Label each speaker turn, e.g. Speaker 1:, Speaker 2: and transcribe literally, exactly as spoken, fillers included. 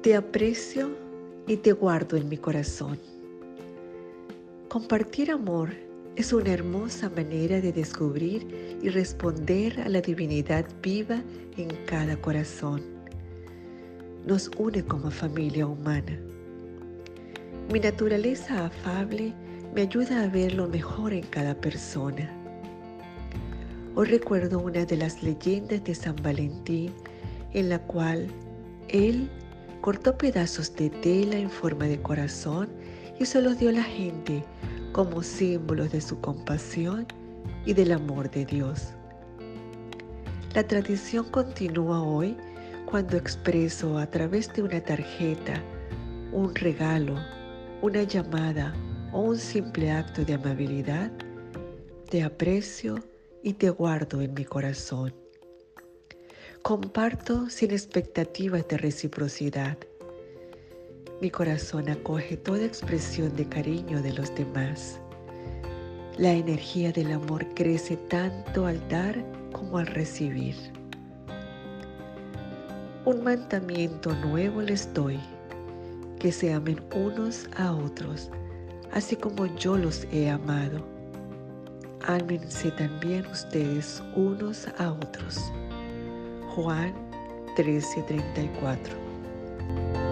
Speaker 1: Te aprecio y te guardo en mi corazón. Compartir amor es una hermosa manera de descubrir y responder a la divinidad viva en cada corazón. Nos une como familia humana. Mi naturaleza afable me ayuda a ver lo mejor en cada persona. Hoy recuerdo una de las leyendas de San Valentín en la cual él cortó pedazos de tela en forma de corazón y se los dio a la gente como símbolos de su compasión y del amor de Dios. La tradición continúa hoy cuando expreso a través de una tarjeta, un regalo, una llamada o un simple acto de amabilidad, te aprecio y te guardo en mi corazón. Comparto sin expectativas de reciprocidad. Mi corazón acoge toda expresión de cariño de los demás. La energía del amor crece tanto al dar como al recibir. Un mandamiento nuevo les doy, que se amen unos a otros, así como yo los he amado. Ámense también ustedes unos a otros. Juan trece treinta y cuatro.